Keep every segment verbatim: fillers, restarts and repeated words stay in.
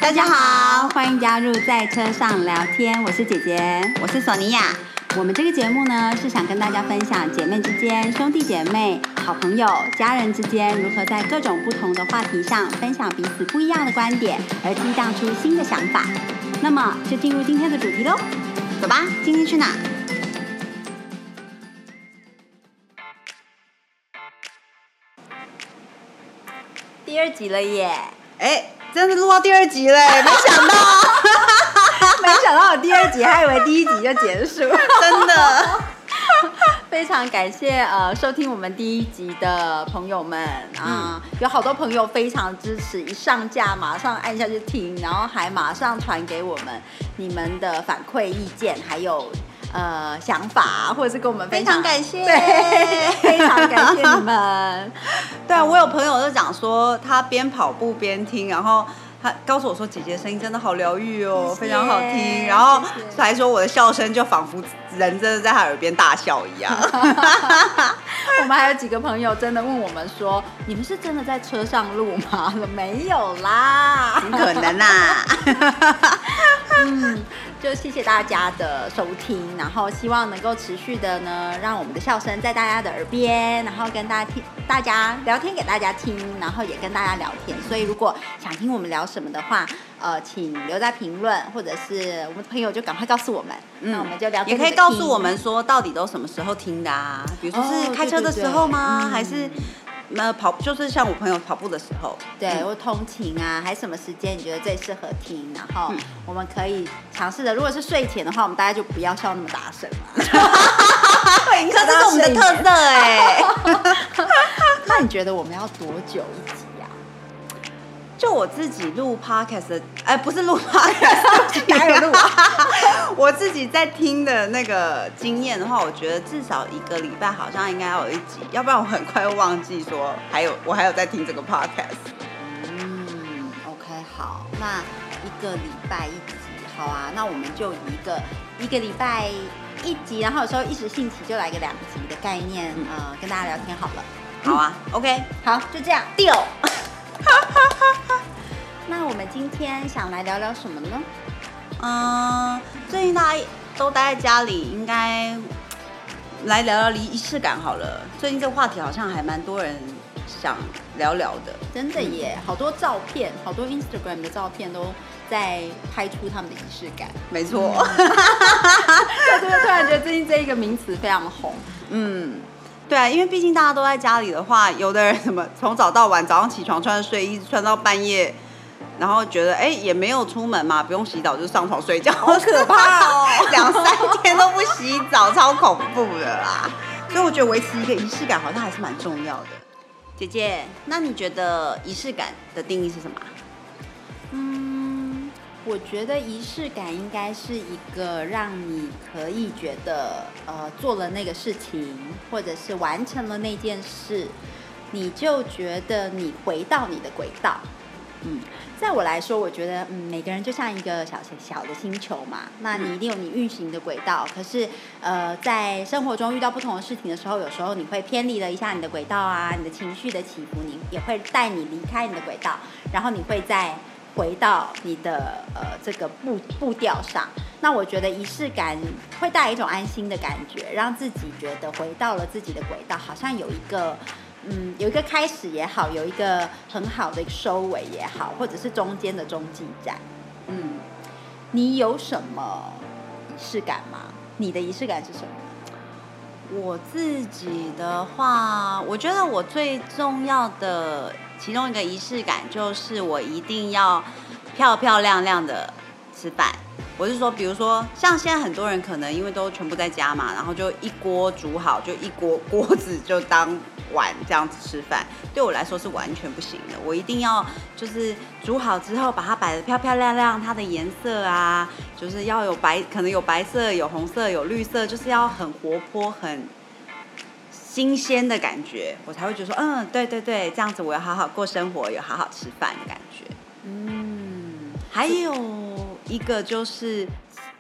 大家好，欢迎加入在车上聊天，我是姐姐， 我是索尼娅。 我们这个节目呢，是想跟大家分享姐妹之间、兄弟姐妹、好朋友、家人之间如何在各种不同的话题上分享彼此不一样的观点，而激荡出新的想法。那么就进入今天的主题咯， 走吧，今天去哪？ 第二集了耶！ 哎，真的录到第二集了，没想到， 没想到我第二集还以为第一集就结束， 真的。 非常感谢呃收听我们第一集的朋友们啊、呃嗯，有好多朋友非常支持，一上架马上按下去听，然后还马上传给我们你们的反馈意见，还有呃想法，或者是跟我们分享， 非常感谢， 对，非常感谢你们。 对啊，我有朋友就讲说，他边跑步边听，然后他告诉我说，姐姐声音真的好疗愈哦，谢谢，非常好听。然后还说我的笑声就仿佛人真的在他耳边大笑一样。 我们还有几个朋友真的问我们说，你们是真的在车上录吗？没有啦， 怎么可能啊？ 嗯，就谢谢大家的收听，然后希望能够持续的呢，让我们的笑声在大家的耳边，然后跟大家听，大家聊天给大家听，然后也跟大家聊天。所以如果想听我们聊什么的话，呃，请留在评论，或者是我们的朋友就赶快告诉我们，嗯、那我们就聊天。 也可以告诉我们说，到底都什么时候听的啊？比如说是开车的时候吗？哦、对对对，还是？呃，跑就是像我朋友跑步的时候， 对，或通勤啊，还是什么时间你觉得最适合听？然后我们可以尝试的，如果是睡前的话，我们大家就不要笑那么大声嘛，会影响到这是我们的特色哎。 那你觉得我们要多久一集呀、啊？ 就我自己录 podcast 的，哎，不是录 podcast， 哪有录啊？我自己在听的那个经验的话，我觉得至少一个礼拜好像应该要有一集，要不然我很快会忘记说还有我还有在听这个 podcast。 嗯 ，OK， 好，那一个礼拜一集，好啊，那我们就以一个一个礼拜一集，然后有时候一时兴起就来个两集的概念，嗯、呃，跟大家聊天好了。 好啊、嗯、，OK， 好，就这样 deal。那我们今天想来聊聊什么呢？ 嗯，最近大家都待在家里，应该来聊聊仪式感好了。最近这个话题好像还蛮多人想聊聊的。 真的耶，好多照片，好多 Instagram 的照片都在拍出他们的仪式感。 没错。 对对，突然觉得最近这一个名词非常红。 嗯。对啊，因为毕竟大家都在家里的话，有的人什么从早到晚，早上起床穿睡衣穿到半夜，然后觉得哎也没有出门嘛，不用洗澡就上床睡觉， 好可怕哦！ 两三天都不洗澡，超恐怖的啦。所以我觉得维持一个仪式感好像还是蛮重要的。姐姐，那你觉得仪式感的定义是什么？ 嗯，我觉得仪式感应该是一个让你可以觉得呃做了那个事情，或者是完成了那件事，你就觉得你回到你的轨道。嗯，在我来说，我觉得嗯每个人就像一个小小的星球嘛，那你一定有你运行的轨道。可是呃在生活中遇到不同的事情的时候，有时候你会偏离了一下你的轨道啊，你的情绪的起伏，你也会带你离开你的轨道，然后你会在回到你的呃这个步步调上。那我觉得仪式感会带来一种安心的感觉，让自己觉得回到了自己的轨道，好像有一个嗯有一个开始也好，有一个很好的收尾也好，或者是中间的中继站。嗯，你有什么仪式感吗？你的仪式感是什么？ 我自己的话，我觉得我最重要的其中一个仪式感就是我一定要漂漂亮亮的吃饭。我是说，比如说像现在很多人可能因为都全部在家嘛，然后就一锅煮好，就一锅锅子就当碗这样子吃饭，对我来说是完全不行的。我一定要就是煮好之后把它摆得漂漂亮亮，它的颜色啊，就是要有白，可能有白色、有红色、有绿色，就是要很活泼、很新鲜的感觉，我才会觉得说，嗯，对对对，这样子我要好好过生活，有好好吃饭的感觉。嗯，还有一个就是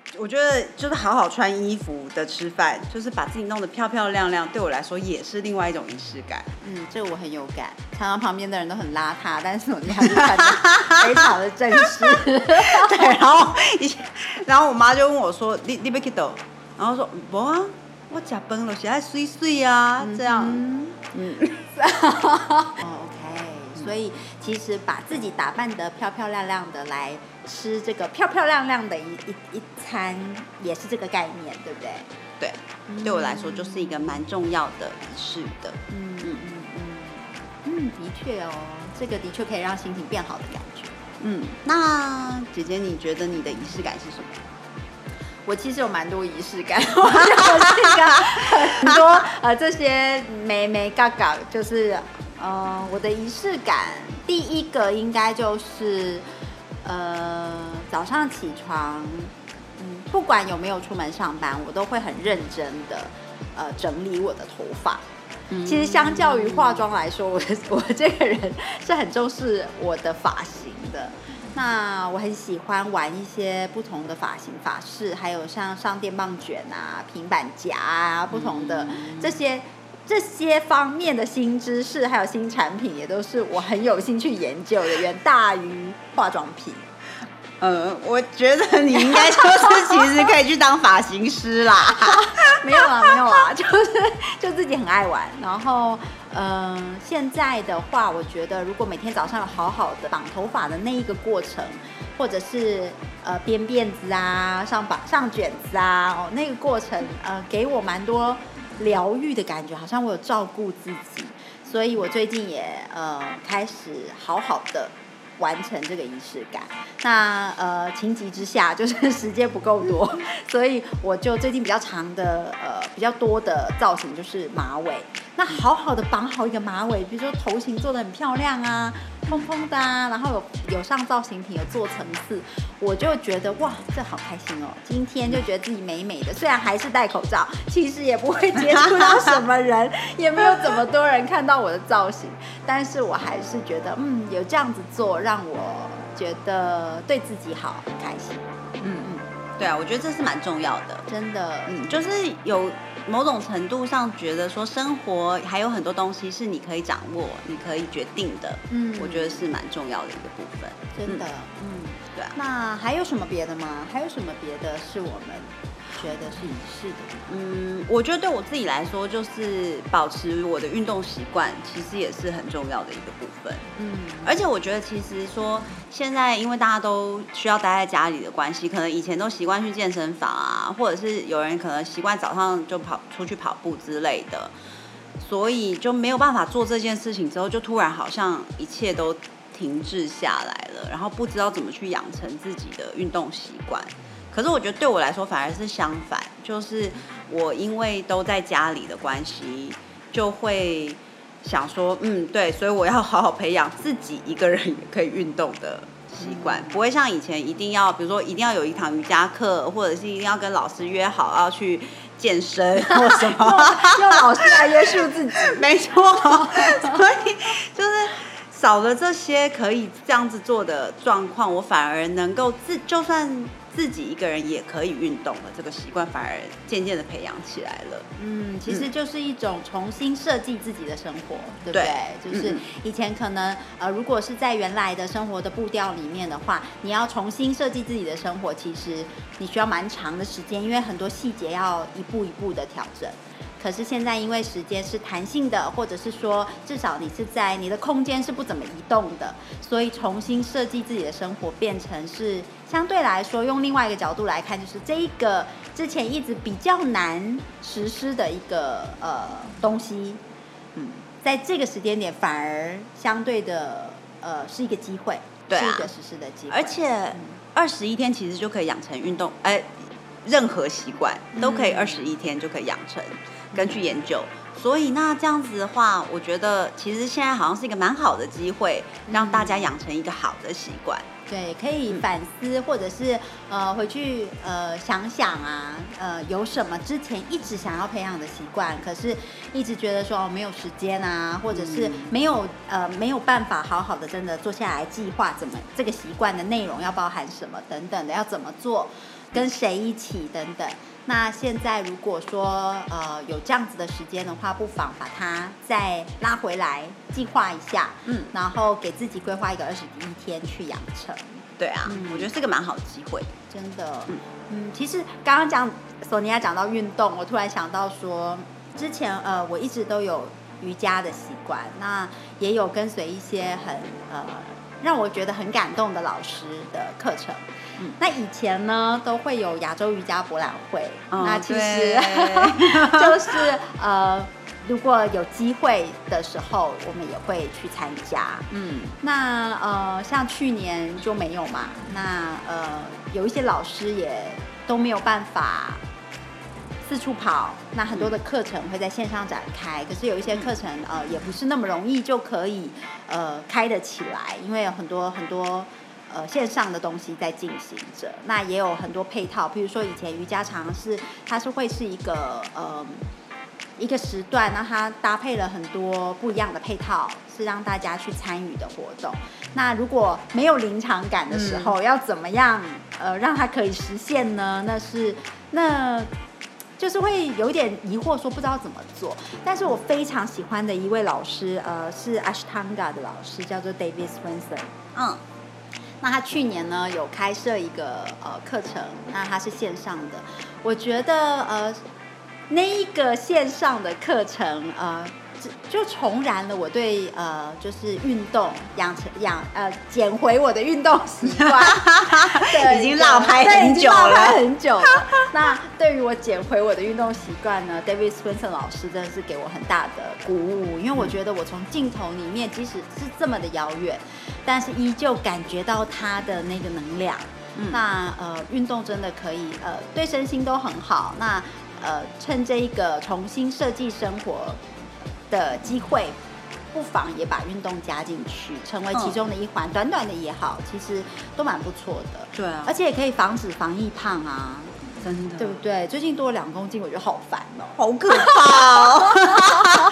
我觉得就是好好穿衣服的吃饭，就是把自己弄得漂漂亮亮，对我来说也是另外一种仪式感。 嗯，这个我很有感。常常旁边的人都很邋遢，但是我那天就穿得非常的正式。 对，然后以前，然后我妈就问我说：“你你要去倒？”然后说：“无啊，我吃饭就是爱水水啊，嗯、这样。”嗯。嗯哦 ，OK， 所以其实把自己打扮得漂漂亮亮的来吃这个漂漂亮亮的一一一餐，也是这个概念，对不对？ 对，嗯、对我来说就是一个蛮重要的仪式的。 嗯嗯嗯嗯，嗯，的确哦，这个的确可以让心情变好的感觉。 嗯，那姐姐，你觉得你的仪式感是什么？ 我其实有蛮多仪式感，我是一个很多呃这些眉眉嘎嘎，就是呃我的仪式感，第一个应该就是呃早上起床，嗯，不管有没有出门上班，我都会很认真的呃整理我的头发。其实相较于化妆来说，我我这个人是很重视我的发型的。那我很喜欢玩一些不同的发型发饰，还有像上电棒卷啊、平板夹啊，不同的这些这些方面的新知识，还有新产品，也都是我很有兴趣研究的，远大于化妆品。 呃，我觉得你应该就是其实可以去当发型师啦。 没有啦，没有啦，就是就自己很爱玩。然后，嗯、呃，现在的话，我觉得如果每天早上有好好的绑头发的那一个过程，或者是呃编辫子啊、上绑上卷子啊，哦，那个过程呃给我蛮多疗愈的感觉，好像我有照顾自己。所以我最近也呃开始好好的完成这个仪式感。那呃情急之下，就是时间不够多，所以我就最近比较长的呃比较多的造型就是马尾。那好好的绑好一个马尾，比如说头型做得很漂亮啊，蓬蓬的啊，然后有有上造型品，有做层次，我就觉得哇，这好开心哦！今天就觉得自己美美的，虽然还是戴口罩，其实也不会接触到什么人，也没有这么多人看到我的造型，但是我还是觉得，嗯，有这样子做，让我觉得对自己好，很开心。 嗯嗯，对啊，我觉得这是蛮重要的， 真的， 嗯，就是有某种程度上觉得说，生活还有很多东西是你可以掌握、你可以决定的，嗯，我觉得是蛮重要的一个部分。 真的，嗯，嗯对啊。那还有什么别的吗？还有什么别的是我们觉得是仪式的？ 嗯，我觉得对我自己来说，就是保持我的运动习惯，其实也是很重要的一个部分。嗯，而且我觉得其实说现在因为大家都需要待在家里的关系，可能以前都习惯去健身房啊，或者是有人可能习惯早上就跑出去跑步之类的，所以就没有办法做这件事情之后，就突然好像一切都停滞下来了，然后不知道怎么去养成自己的运动习惯。可是我觉得对我来说反而是相反，就是我因为都在家里的关系，就会想说，嗯，对，所以我要好好培养自己一个人也可以运动的习惯，不会像以前一定要，比如说一定要有一堂瑜伽课，或者是一定要跟老师约好要去健身或什么， 用老师来约束自己， 没错，所以就是少了这些可以这样子做的状况，我反而能够自就算自己一个人也可以运动的这个习惯，反而渐渐的培养起来了。 嗯，其实就是一种重新设计自己的生活，对不对？对，就是以前可能呃，如果是在原来的生活的步调里面的话，你要重新设计自己的生活，其实你需要蛮长的时间，因为很多细节要一步一步的调整。可是现在因为时间是弹性的，或者是说至少你是在你的空间是不怎么移动的，所以重新设计自己的生活变成是相对来说用另外一个角度来看，就是这一个之前一直比较难实施的一个呃东西，嗯，在这个时间点反而相对的呃是一个机会， 对啊， 是一个实施的机会， 而且二十一天其实就可以养成运动，哎，任何习惯都可以二十一天就可以养成。根据研究，所以那这样子的话，我觉得其实现在好像是一个蛮好的机会，让大家养成一个好的习惯。 对，可以反思，或者是呃回去呃想想啊，呃有什么之前一直想要培养的习惯，可是一直觉得说哦没有时间啊，或者是没有呃没有办法好好的真的坐下来计划怎么这个习惯的内容要包含什么等等的，要怎么做。 跟谁一起等等。那现在如果说呃有这样子的时间的话，不妨把它再拉回来计划一下，嗯，然后给自己规划一个二十一天去养成。 对啊，嗯、我觉得是个蛮好的机会， 真的。嗯, 嗯，其实刚刚讲索尼娅讲到运动，我突然想到说，之前呃我一直都有瑜伽的习惯，那也有跟随一些很呃让我觉得很感动的老师的课程。嗯、那以前呢都会有亚洲瑜伽博览会，哦、那其实就是呃如果有机会的时候，我们也会去参加。嗯，那呃像去年就没有嘛，那呃有一些老师也都没有办法四处跑，那很多的课程会在线上展开，可是有一些课程呃也不是那么容易就可以呃开得起来，因为有很多很多呃线上的东西在进行着，那也有很多配套，比如说以前瑜伽常是它是会是一个呃一个时段，那它搭配了很多不一样的配套，是让大家去参与的活动。那如果没有临场感的时候，嗯、要怎么样呃让它可以实现呢？那是那。就是会有点疑惑，说不知道怎么做。但是我非常喜欢的一位老师，呃，是 Ashtanga 的老师，叫做 David Swenson。嗯，那他去年呢有开设一个呃课程，那他是线上的。我觉得呃那一个线上的课程，呃。就重燃了我对呃就是运动养成养呃捡回我的运动习惯， 已经落拍很久了， 已经落拍很久了。那对于我捡回我的运动习惯呢 ，David Swenson 老师真的是给我很大的鼓舞，因为我觉得我从镜头里面，即使是这么的遥远，但是依旧感觉到他的那个能量。嗯、那呃运动真的可以呃对身心都很好。那呃趁这一个重新设计生活的机会，不妨也把运动加进去，成为其中的一环，嗯、短短的也好，其实都蛮不错的。 对啊， 而且也可以防止防疫胖啊， 真的， 对不对？最近多了两公斤，我觉得好烦哦， 好可怕哦！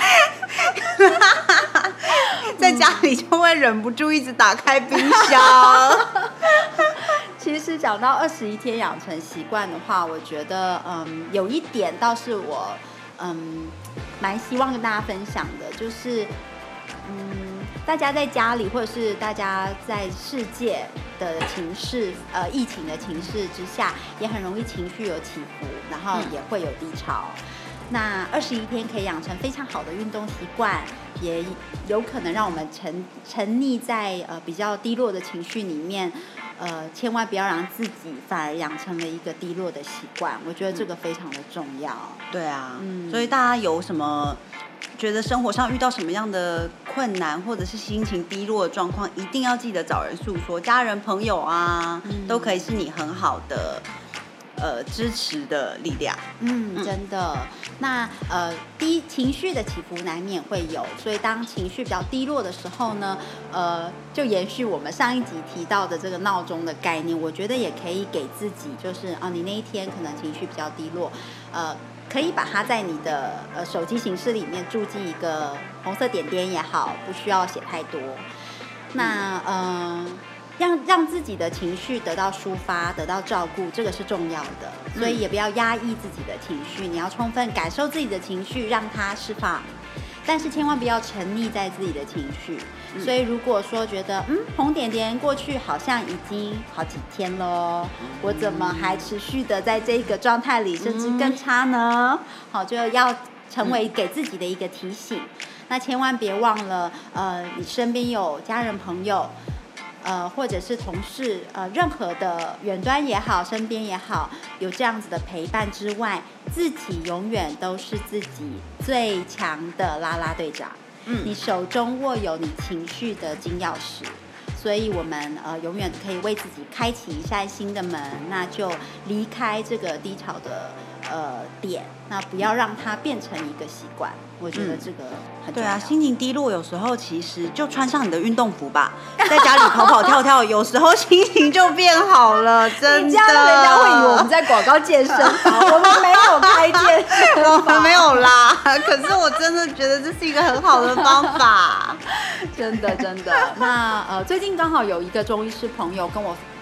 在家里就会忍不住一直打开冰箱。 其实讲到二十一天养成习惯的话，我觉得嗯，有一点倒是我嗯。蛮希望跟大家分享的，就是嗯，大家在家里或者是大家在世界的情势，呃，疫情的情势之下，也很容易情绪有起伏，然后也会有低潮。嗯、那二十一天可以养成非常好的运动习惯，也有可能让我们沉沉溺在呃比较低落的情绪里面。呃，千万不要让自己反而养成了一个低落的习惯，我觉得这个非常的重要。 对啊，嗯，所以大家有什么觉得生活上遇到什么样的困难，或者是心情低落的状况，一定要记得找人诉说，家人朋友啊，嗯、都可以是你很好的呃支持的力量。 嗯，真的。那呃，低情绪的起伏难免会有，所以当情绪比较低落的时候呢，呃，就延续我们上一集提到的这个闹钟的概念，我觉得也可以给自己，就是啊、呃，你那一天可能情绪比较低落，呃，可以把它在你的呃手机形式里面注记一个红色点点也好，不需要写太多。那呃。让让自己的情绪得到抒发，得到照顾，这个是重要的，所以也不要压抑自己的情绪，你要充分感受自己的情绪，让它释放，但是千万不要沉溺在自己的情绪。嗯、所以如果说觉得嗯红点点过去好像已经好几天了，嗯、我怎么还持续的在这个状态里，甚至更差呢？好，就要成为给自己的一个提醒。嗯、那千万别忘了，呃，你身边有家人朋友。呃，或者是同事，呃，任何的远端也好，身边也好，有这样子的陪伴之外，自己永远都是自己最强的啦啦队长。嗯，你手中握有你情绪的金钥匙，所以我们呃永远可以为自己开启一扇新的门，那就离开这个低潮的呃点，那不要让它变成一个习惯。我觉得这个很重要。 对啊，心情低落有时候其实就穿上你的运动服吧，在家里跑跑跳跳，有时候心情就变好了，真的。 这样人家会以为我们在广告健身房，我们没有开健身房， 我们没有啦。可是我真的觉得这是一个很好的方法， 真的真的。那呃，最近刚好有一个中医师朋友跟我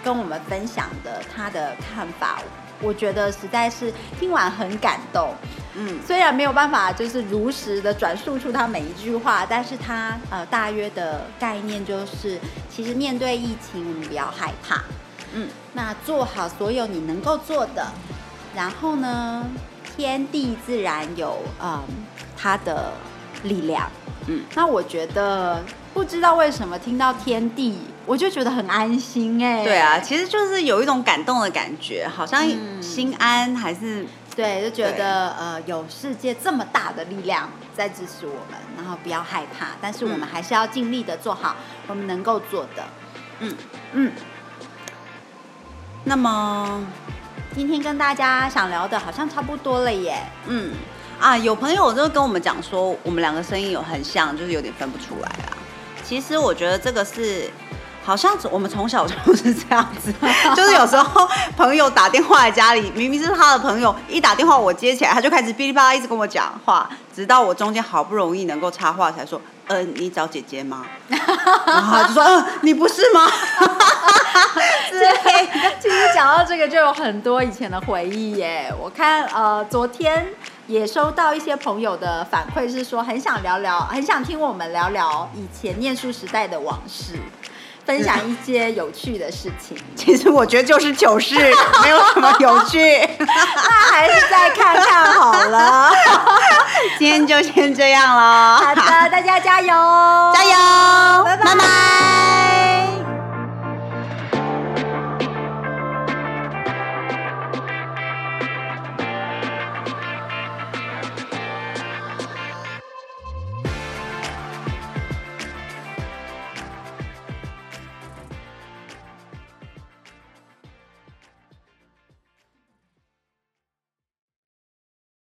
跟我们分享的他的看法，我觉得实在是听完很感动。嗯，虽然没有办法就是如实的转述出他每一句话，但是他呃大约的概念就是，其实面对疫情，我们不要害怕，嗯，那做好所有你能够做的，然后呢，天地自然有嗯它的力量，嗯，那我觉得不知道为什么听到天地，我就觉得很安心哎、欸。 对啊，其实就是有一种感动的感觉，好像心安还是。 对，就觉得呃有世界这么大的力量在支持我们，然后不要害怕，但是我们还是要尽力的做好我们能够做的。嗯嗯。 那么今天跟大家想聊的好像差不多了耶。 嗯啊，有朋友就跟我们讲说，我们两个声音有很像，就是有点分不出来啦。其实我觉得这个是。好像我们从小就是这样子，就是有时候朋友打电话来家里，明明是他的朋友，一打电话我接起来，他就开始噼里啪啦一直跟我讲话，直到我中间好不容易能够插话，才说：“呃，你找姐姐吗？”然后他就说：“嗯、呃，你不是吗？” 对，其实讲到这个就有很多以前的回忆耶。我看呃，昨天也收到一些朋友的反馈，是说很想聊聊，很想听我们聊聊以前念书时代的往事。分享一些有趣的事情， 其实我觉得就是糗事，没有什么有趣。 那还是再看看好了。 今天就先这样了。 好的，大家加油。